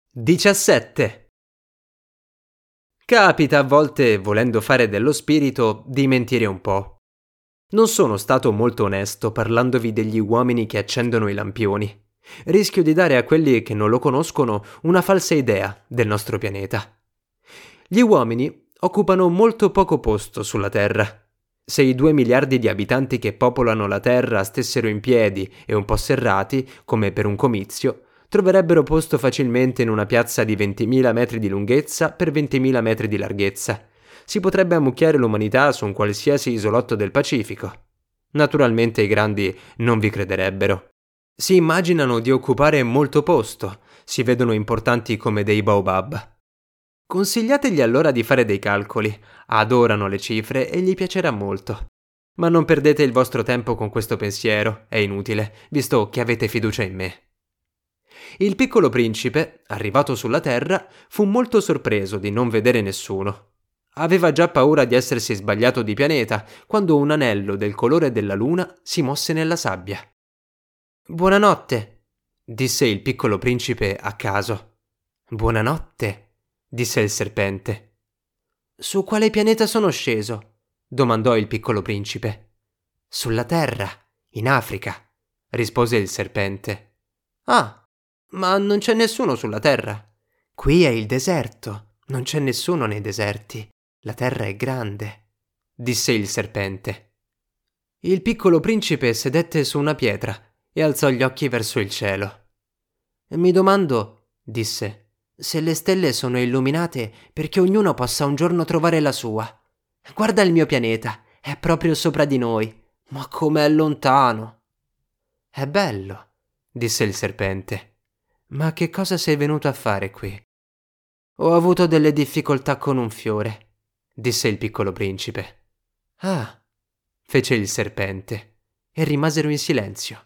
17. Capita a volte, volendo fare dello spirito, di mentire un po'. Non sono stato molto onesto parlandovi degli uomini che accendono i lampioni. Rischio di dare a quelli che non lo conoscono una falsa idea del nostro pianeta. Gli uomini occupano molto poco posto sulla Terra. Se i 2 miliardi di abitanti che popolano la Terra stessero in piedi e un po' serrati, come per un comizio, troverebbero posto facilmente in una piazza di 20.000 metri di lunghezza per 20.000 metri di larghezza. Si potrebbe ammucchiare l'umanità su un qualsiasi isolotto del Pacifico. Naturalmente i grandi non vi crederebbero. Si immaginano di occupare molto posto, si vedono importanti come dei baobab. Consigliategli allora di fare dei calcoli, adorano le cifre e gli piacerà molto. Ma non perdete il vostro tempo con questo pensiero, è inutile, visto che avete fiducia in me. Il piccolo principe, arrivato sulla terra, fu molto sorpreso di non vedere nessuno. Aveva già paura di essersi sbagliato di pianeta quando un anello del colore della luna si mosse nella sabbia. «Buonanotte», disse il piccolo principe a caso. «Buonanotte», disse il serpente. «Su quale pianeta sono sceso?» domandò il piccolo principe. «Sulla Terra, in Africa», rispose il serpente. «Ah, ma non c'è nessuno sulla Terra?» «Qui è il deserto, non c'è nessuno nei deserti. La Terra è grande», disse il serpente. Il piccolo principe sedette su una pietra e alzò gli occhi verso il cielo. «Mi domando», disse, «se le stelle sono illuminate perché ognuno possa un giorno trovare la sua. Guarda il mio pianeta, è proprio sopra di noi, ma com'è lontano!» «È bello», disse il serpente. «Ma che cosa sei venuto a fare qui?» «Ho avuto delle difficoltà con un fiore», disse il piccolo principe. «Ah», fece il serpente, e rimasero in silenzio.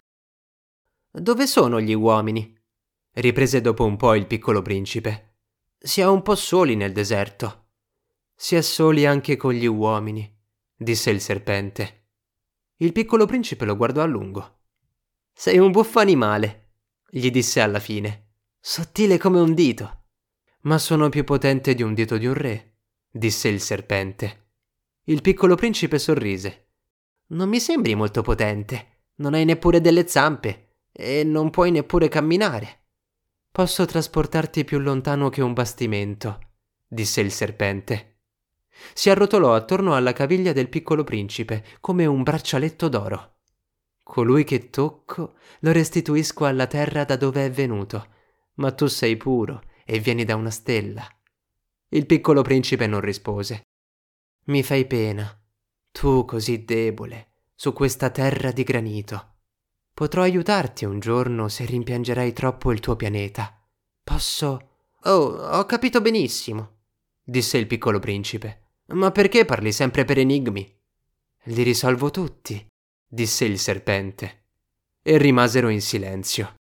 «Dove sono gli uomini?» riprese dopo un po' il piccolo principe. «Si è un po' soli nel deserto». «Si è soli anche con gli uomini», disse il serpente. Il piccolo principe lo guardò a lungo. «Sei un buffo animale», gli disse alla fine, «sottile come un dito». «Ma sono più potente di un dito di un re», disse il serpente. Il piccolo principe sorrise. «Non mi sembri molto potente, non hai neppure delle zampe e non puoi neppure camminare». «Posso trasportarti più lontano che un bastimento», disse il serpente. Si arrotolò attorno alla caviglia del piccolo principe come un braccialetto d'oro. «Colui che tocco lo restituisco alla terra da dove è venuto, ma tu sei puro e vieni da una stella». Il piccolo principe non rispose. «Mi fai pena, tu così debole, su questa terra di granito. Potrò aiutarti un giorno se rimpiangerai troppo il tuo pianeta. Posso...» «Oh, ho capito benissimo», disse il piccolo principe. «Ma perché parli sempre per enigmi?» «Li risolvo tutti», disse il serpente. E rimasero in silenzio.